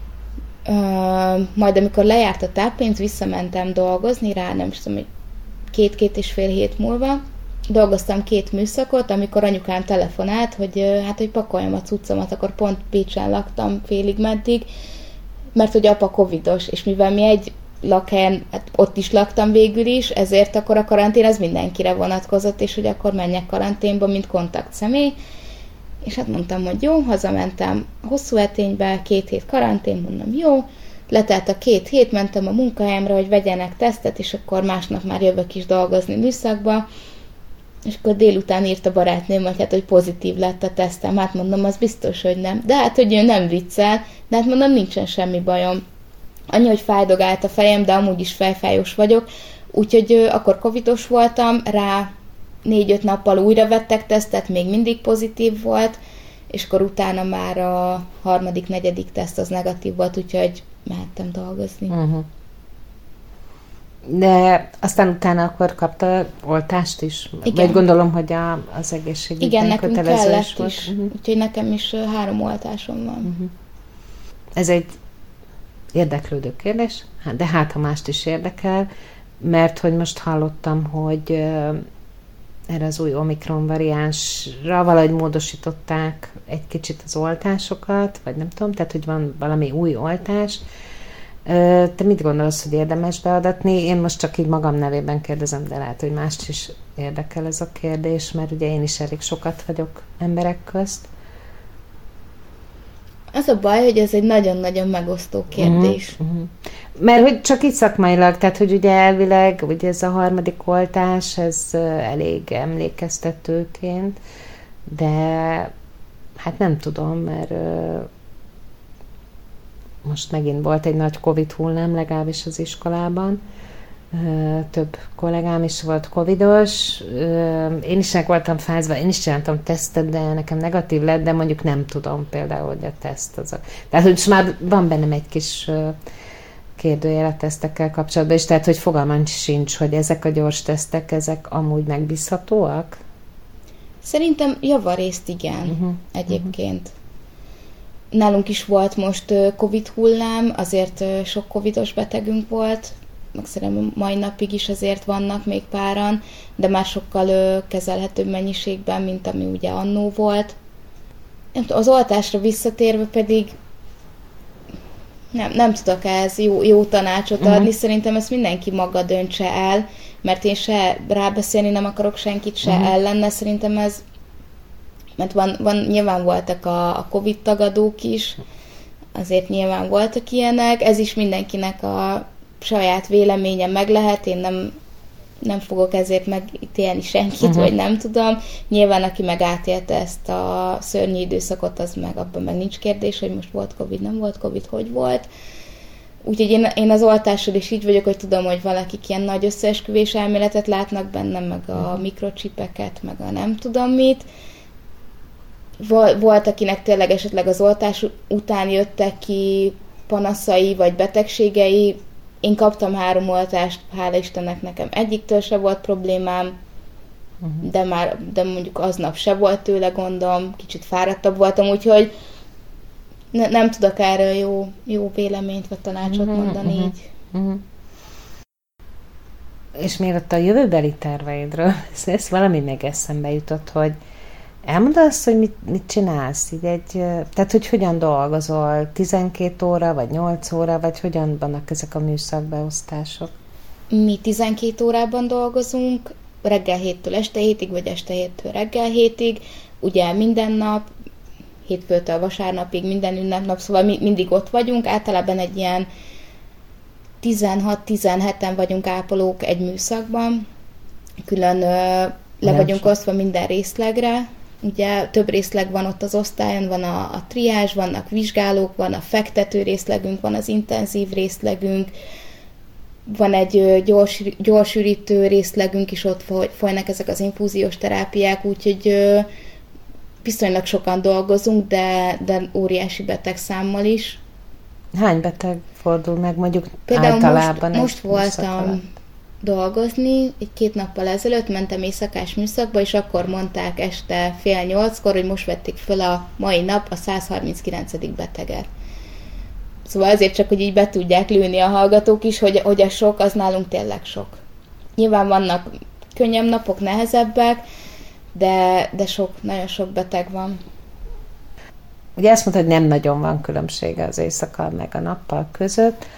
majd amikor lejárt a táppénz, visszamentem dolgozni rá, nem tudom, hogy 2-2,5 hét múlva. Dolgoztam 2 műszakot, amikor anyukám telefonált, hogy hogy pakoljam a cuccomat, akkor pont Pécsen laktam félig meddig, mert hogy apa covidos, és mivel mi egy lakhelyen, hát ott is laktam végül is, ezért akkor a karantén az mindenkire vonatkozott, és hogy akkor menjek karanténba, mint kontaktszemély. És hát mondtam, hogy jó, hazamentem hosszú eténybe, 2 hét karantén, mondom, jó. Letelt a 2 hét, mentem a munkahelyemre, hogy vegyenek tesztet, és akkor másnap már jövök is dolgozni műszakba. És akkor délután írt a barátnőm, hogy pozitív lett a tesztem. Hát mondom, az biztos, hogy nem. De hát, hogy ő nem viccel, de hát mondom, nincsen semmi bajom. Annyi, hogy fájdogált a fejem, de amúgy is fejfájós vagyok. Úgyhogy akkor covidos voltam, rá 4-5 nappal újra vettek tesztet, még mindig pozitív volt, és akkor utána már a 3.-4. teszt az negatív volt, úgyhogy mehettem dolgozni. De aztán utána akkor kapta oltást is? Igen. Vagy gondolom, hogy az egészségügyben kötelező is volt. Is. Úgyhogy nekem is 3 oltásom van. Ez egy érdeklődő kérdés, de hát ha mást is érdekel, mert hogy most hallottam, hogy erre az új Omikron variánsra valahogy módosították egy kicsit az oltásokat, vagy nem tudom, tehát hogy van valami új oltás, Te mit gondolsz, hogy érdemes beadatni? Én most csak így magam nevében kérdezem, de lehet, hogy mást is érdekel ez a kérdés, mert ugye én is elég sokat vagyok emberek közt. Az a baj, hogy ez egy nagyon-nagyon megosztó kérdés. Mert hogy csak így szakmailag, tehát hogy ugye elvileg ugye ez a 3. oltás, ez elég emlékeztetőként, de hát nem tudom, mert most megint volt egy nagy Covid hullám, legalábbis az iskolában. Több kollégám is volt covidos. Én is meg voltam fázva, én is csináltam tesztet, de nekem negatív lett, de mondjuk nem tudom például, hogy a teszt az a... Tehát, hogy már van bennem egy kis kérdőjel a tesztekkel kapcsolatban, és tehát, hogy fogalmam sincs, hogy ezek a gyors tesztek, ezek amúgy megbízhatóak? Szerintem javarészt igen, egyébként. Nálunk is volt most Covid hullám, azért sok covidos betegünk volt, meg szerintem mai napig is azért vannak még páran, de már sokkal kezelhetőbb mennyiségben, mint ami ugye annó volt. Az oltásra visszatérve pedig nem tudok ehhez jó tanácsot adni, szerintem ezt mindenki maga döntse el, mert én se rábeszélni nem akarok senkit se ellenne, szerintem ez, mert nyilván voltak a Covid tagadók is, azért nyilván voltak ilyenek, ez is mindenkinek a saját véleménye meg lehet, én nem fogok ezért megítélni senkit, vagy nem tudom. Nyilván, aki meg átélte ezt a szörnyű időszakot, az meg abban meg nincs kérdés, hogy most volt Covid, nem volt Covid, hogy volt. Úgyhogy én az oltással is így vagyok, hogy tudom, hogy valakik ilyen nagy összeesküvés elméletet látnak bennem, meg a mikrocsipeket, meg a nem tudom mit. Volt, akinek tényleg esetleg az oltás után jöttek ki panaszai, vagy betegségei. Én kaptam 3 oltást, hála Istennek nekem egyiktől se volt problémám, de mondjuk aznap se volt tőle gondom, kicsit fáradtabb voltam, úgyhogy nem tudok erről jó véleményt vagy tanácsot mondani így. És mielőtt a jövőbeli terveidről, ez valami meg eszembe jutott, hogy elmondod azt, hogy mit csinálsz? Tehát, hogy hogyan dolgozol? 12 óra, vagy 8 óra, vagy hogyan vannak ezek a műszakbeosztások? Mi 12 órában dolgozunk, reggel 7-től este 7-ig, vagy este 7-től reggel 7-ig, ugye minden nap, hétfőtől vasárnapig, minden ünnepnap, szóval mindig ott vagyunk, általában egy ilyen 16-17-en vagyunk ápolók egy műszakban, külön le vagyunk osztva minden részlegre, ugye több részleg van ott az osztályon, van a triázs, vannak vizsgálók, van a fektető részlegünk, van az intenzív részlegünk, van egy gyorsürítő részlegünk is, ott folynak ezek az infúziós terápiák, úgyhogy viszonylag sokan dolgozunk, de óriási betegszámmal is. Hány beteg fordul meg mondjuk például általában? Most voltam dolgozni, 2 nappal ezelőtt mentem éjszakás műszakba, és akkor mondták este 7:30-kor, hogy most vették föl a mai nap a 139. beteget. Szóval azért csak, hogy így be tudják lőni a hallgatók is, hogy a sok, az nálunk tényleg sok. Nyilván vannak könnyebb napok, nehezebbek, de nagyon sok beteg van. Ugye azt mondta, hogy nem nagyon van különbsége az éjszaka meg a nappal között.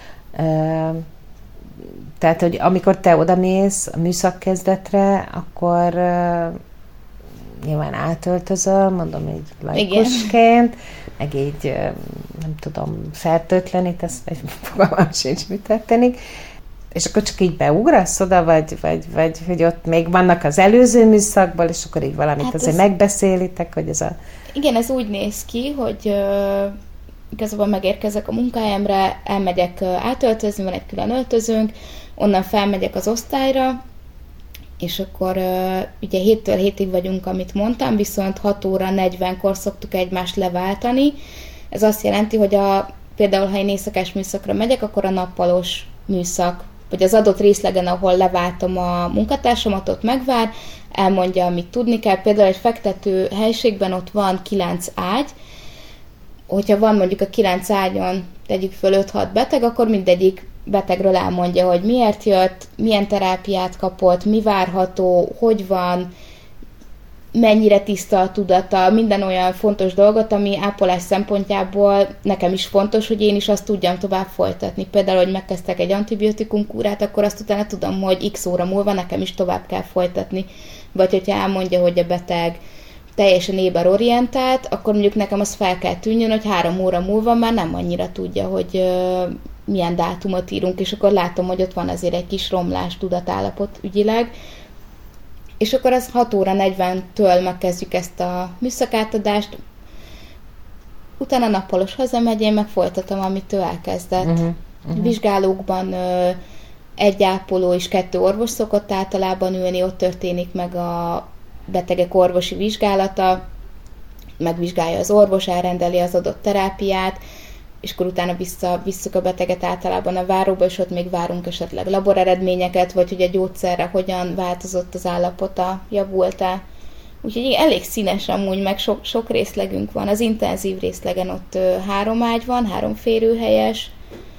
Tehát, hogy amikor te odamész a műszakkezdetre, akkor nyilván átöltözöl, mondom így laikusként, meg így, nem tudom, fertőtlenítesz, vagy fogalmam sincs, mit történik. És akkor csak így beugrasz oda, vagy hogy ott még vannak az előző műszakból, és akkor így valamit azért megbeszélitek, hogy ez a... Igen, ez úgy néz ki, hogy igazából megérkezek a munkahelyemre, elmegyek átöltözni, van egy külön öltözőnk, onnan felmegyek az osztályra, és akkor ugye 7-től 7-ig vagyunk, amit mondtam, viszont 6 óra 40-kor szoktuk egymást leváltani. Ez azt jelenti, hogy például ha én éjszakás műszakra megyek, akkor a nappalos műszak, vagy az adott részlegen, ahol leváltom a munkatársamat, ott megvár, elmondja, amit tudni kell. Például egy fektető helységben ott van 9 ágy, hogyha van mondjuk a 9 ágyon, tegyük föl 5-6 beteg, akkor mindegyik betegről elmondja, hogy miért jött, milyen terápiát kapott, mi várható, hogy van, mennyire tiszta a tudata, minden olyan fontos dolgot, ami ápolás szempontjából nekem is fontos, hogy én is azt tudjam tovább folytatni. Például, hogy megkezdtek egy antibiotikum kúrát, akkor azt utána tudom, hogy x óra múlva nekem is tovább kell folytatni. Vagy hogyha elmondja, hogy a beteg teljesen éberorientált, akkor mondjuk nekem az fel kell tűnjön, hogy 3 óra múlva már nem annyira tudja, hogy milyen dátumot írunk, és akkor látom, hogy ott van azért egy kis romlás tudatállapot ügyileg. És akkor az 6 óra 40-től megkezdjük ezt a műszakátadást, utána nappalos hazamegy, én meg folytatom, amit ő elkezdett. Vizsgálókban egy ápoló és 2 orvos szokott általában ülni, ott történik meg a betegek orvosi vizsgálata, megvizsgálja az orvos, elrendeli az adott terápiát, és akkor utána visszük a beteget általában a váróba, és ott még várunk esetleg laboreredményeket, vagy hogy a gyógyszerre hogyan változott az állapota, javult-e. Úgyhogy elég színes amúgy, meg sok részlegünk van. Az intenzív részlegen ott 3 ágy van, 3 férőhelyes,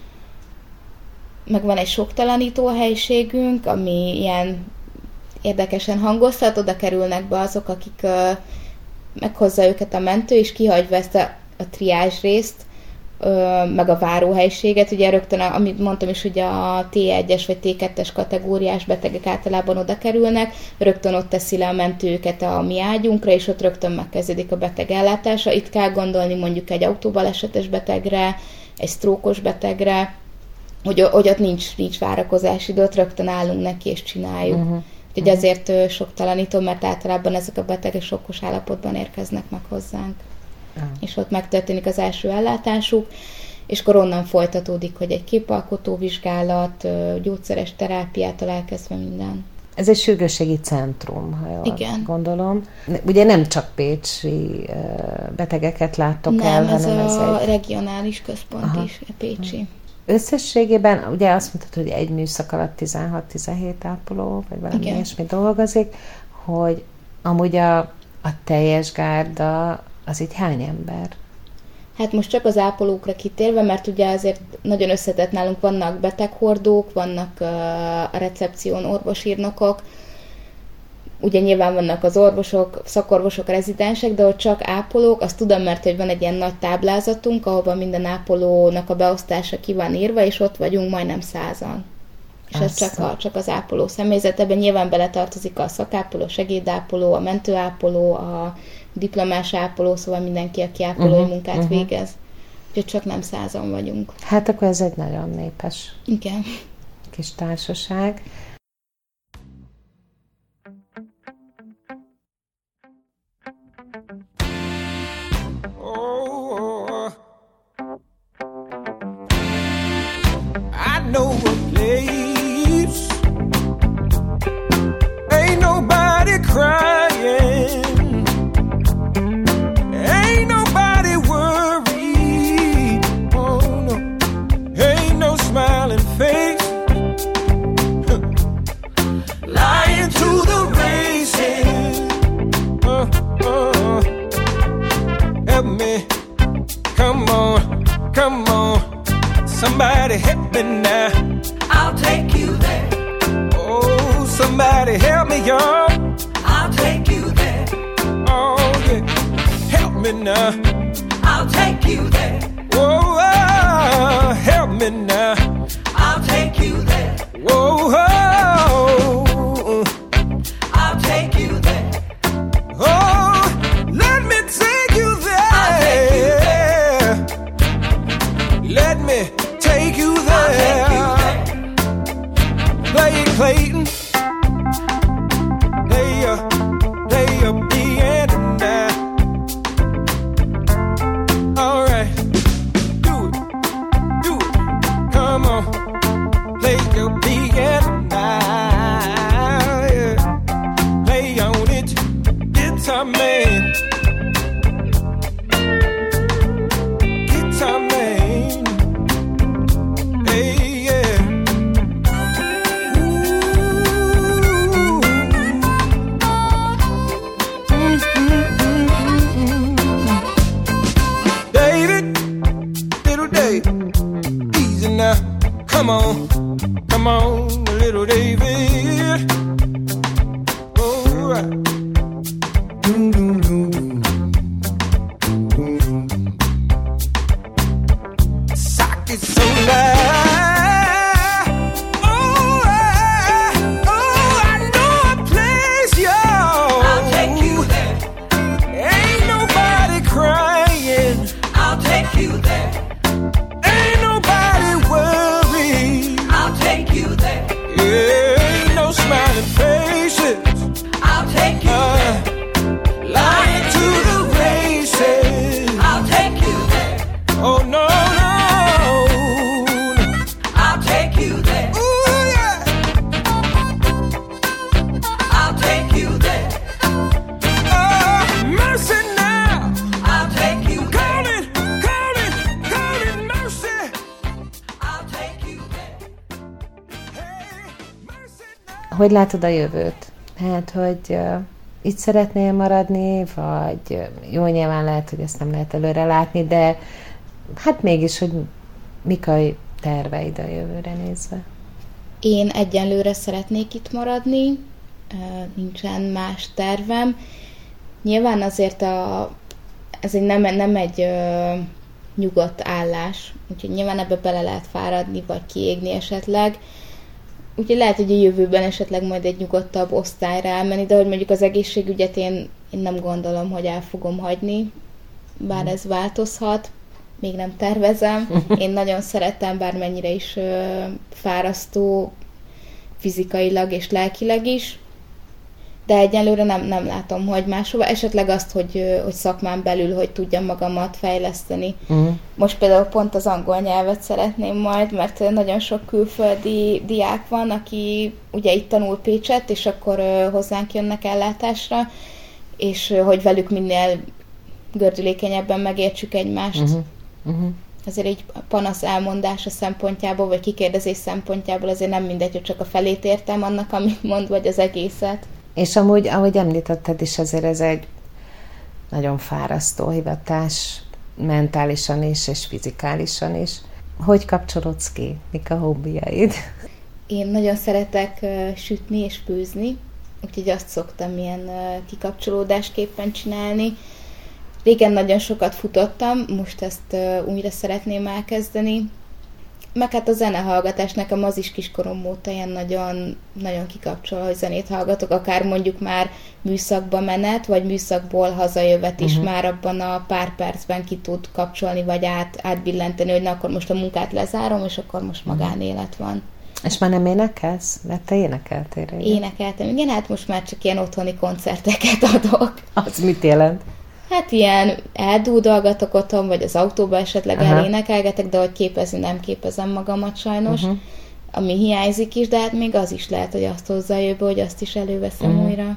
meg van egy soktalanító helyiségünk, ami ilyen érdekesen hangoztat, oda kerülnek be azok, akik meghozza őket a mentő, és kihagyva ezt a triázs részt, meg a váróhelyiséget, ugye rögtön, amit mondtam is, hogy a T1-es vagy T2-es kategóriás betegek általában oda kerülnek, rögtön ott teszi le a mentőket a mi ágyunkra, és ott rögtön megkezdődik a beteg ellátása. Itt kell gondolni mondjuk egy autóbalesetes betegre, egy sztrókos betegre, hogy ott nincs várakozási idő, ott rögtön állunk neki és csináljuk. Úgyhogy azért soktalanítom, mert általában ezek a betegek sokkos állapotban érkeznek meg hozzánk. És ott megtörténik az első ellátásuk, és akkor onnan folytatódik, hogy egy képalkotó vizsgálat, gyógyszeres terápiától elkezdve minden. Ez egy sürgősségi centrum, ha jól gondolom. Ugye nem csak pécsi betegeket láttok el, hanem ez a egy regionális központ is, a pécsi. Összességében, ugye azt mondtad, hogy egy műszak alatt 16-17 ápoló, vagy valami ilyesmi dolgozik, hogy amúgy a teljes gárda az így hány ember? Hát most csak az ápolókra kitérve, mert ugye azért nagyon összetett nálunk, vannak beteghordók, vannak a recepción orvosírnokok, ugye nyilván vannak az orvosok, szakorvosok, rezidensek, de ott csak ápolók, azt tudom, mert hogy van egy ilyen nagy táblázatunk, ahol minden ápolónak a beosztása ki van írva, és ott vagyunk majdnem 100-an. És ez csak az ápoló személyzet, ebben nyilván beletartozik a szakápoló, segédápoló, a mentőápoló, a diplomás ápoló, szóval mindenki, aki ápolói munkát végez. Úgyhogy csak nem 100-an vagyunk. Hát akkor ez egy nagyon népes kis társaság. I know a place, ain't nobody crying, ain't nobody worried, oh no, ain't no smiling face, lying to the races, help me, come on, somebody help me now. I'll take you there. Oh, somebody help me, y'all. I'll take you there. Oh, yeah. Help me now. I'll take you there. Oh, help me now. I'll take you there. Whoa, I'll take you there. oh, let me take you there. I'll take you there. Let me take you there. I'll take you there. Play it, Clayton. They are beginning now. All right, do it. Come on, play your beginning now. Yeah. Play on it, guitar man. Guitar man. Hey, yeah. David, little Dave, easy now. Come on, little David. All right. you there. Ooh, yeah. I'll take you there. Mercy now. I'll take you there. Call it mercy. I'll take you there. Hey, mercy now. Hogy látod a jövőt? Hát, hogy itt szeretnél maradni, vagy jó, nyilván lehet, hogy ezt nem lehet előre látni, de hát mégis, hogy mik a terveid a jövőre nézve? Én egyenlőre szeretnék itt maradni, nincsen más tervem. Nyilván azért ez nem egy nyugodt állás, úgyhogy nyilván ebbe bele lehet fáradni, vagy kiégni esetleg. Úgyhogy lehet, hogy a jövőben esetleg majd egy nyugodtabb osztályra elmenni, de hogy mondjuk az egészségügyet én nem gondolom, hogy el fogom hagyni, bár ez változhat, még nem tervezem. Én nagyon szeretem, bármennyire is fárasztó fizikailag és lelkileg is, de egyelőre nem látom, hogy máshova. Esetleg azt, hogy szakmán belül, hogy tudjam magamat fejleszteni. Most például pont az angol nyelvet szeretném majd, mert nagyon sok külföldi diák van, aki ugye itt tanul Pécsett, és akkor hozzánk jönnek ellátásra, és hogy velük minél gördülékenyebben megértsük egymást. Azért egy panasz elmondása szempontjából, vagy kikérdezés szempontjából azért nem mindegy, hogy csak a felét értem annak, amit mond, vagy az egészet. És amúgy, ahogy említetted is, azért ez egy nagyon fárasztó hivatás, mentálisan is, és fizikálisan is. Hogy kapcsolódsz ki? Mik a hobbiaid? Én nagyon szeretek sütni és főzni, úgyhogy azt szoktam ilyen kikapcsolódásképpen csinálni. Régen nagyon sokat futottam, most ezt újra szeretném elkezdeni. Meg hát a zenehallgatás, nekem az is kiskorom óta ilyen nagyon, nagyon kikapcsol, hogy zenét hallgatok, akár mondjuk már műszakba menet, vagy műszakból hazajövet is már abban a pár percben ki tud kapcsolni, vagy átbillenteni, hogy na, akkor most a munkát lezárom, és akkor most magánélet van. És már nem énekelsz? Mert te énekeltél régen. Énekeltem, igen, hát most már csak ilyen otthoni koncerteket adok. Az mit jelent? Hát ilyen eldúdolgatok otthon, vagy az autóba esetleg elénekelgetek, de hogy képezni nem képezem magamat sajnos, ami hiányzik is, de hát még az is lehet, hogy azt hozza a jövő, hogy azt is előveszem újra.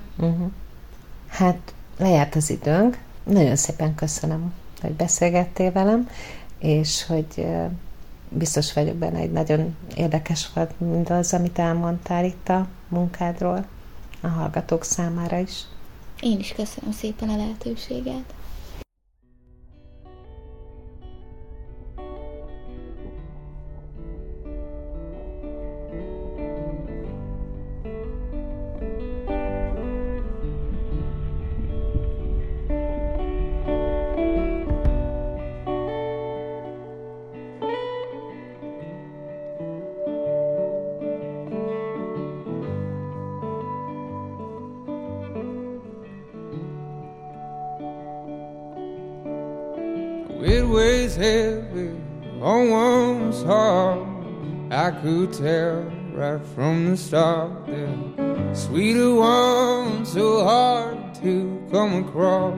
Hát lejárt az időnk. Nagyon szépen köszönöm, hogy beszélgettél velem, és hogy biztos vagyok benne, hogy nagyon érdekes volt mindaz, amit elmondtál itt a munkádról, a hallgatók számára is. Én is köszönöm szépen a lehetőséget. It weighs heavy on one's heart. I could tell right from the start that sweeter one so hard to come across.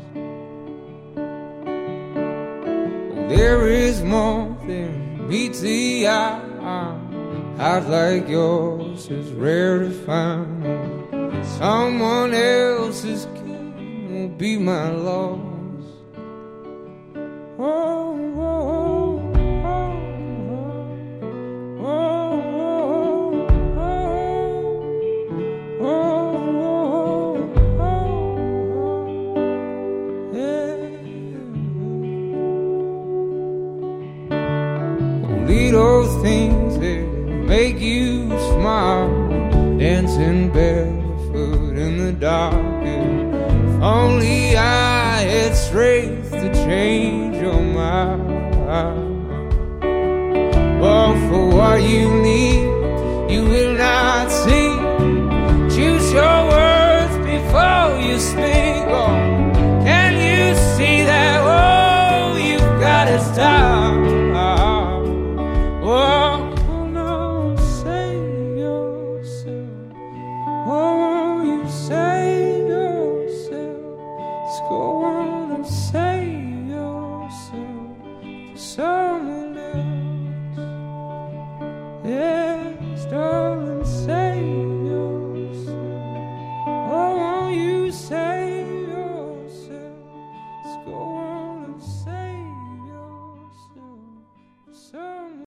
There is more than meets the eye. Heart like yours is rare to find. Someone else's king will be my loss. Oh, oh, oh, oh, oh, oh, oh, yeah. Only those things that make you smile, dancing barefoot in the dark. If only I had strength to change your mind. Well, for what you need, you will not see. Choose your words before you speak. Oh, can you see that? Oh, you've got to stop. Oh, no, save yourself. Oh, you save yourself. Let's go on and save yourself for someone else. Yeah. Stars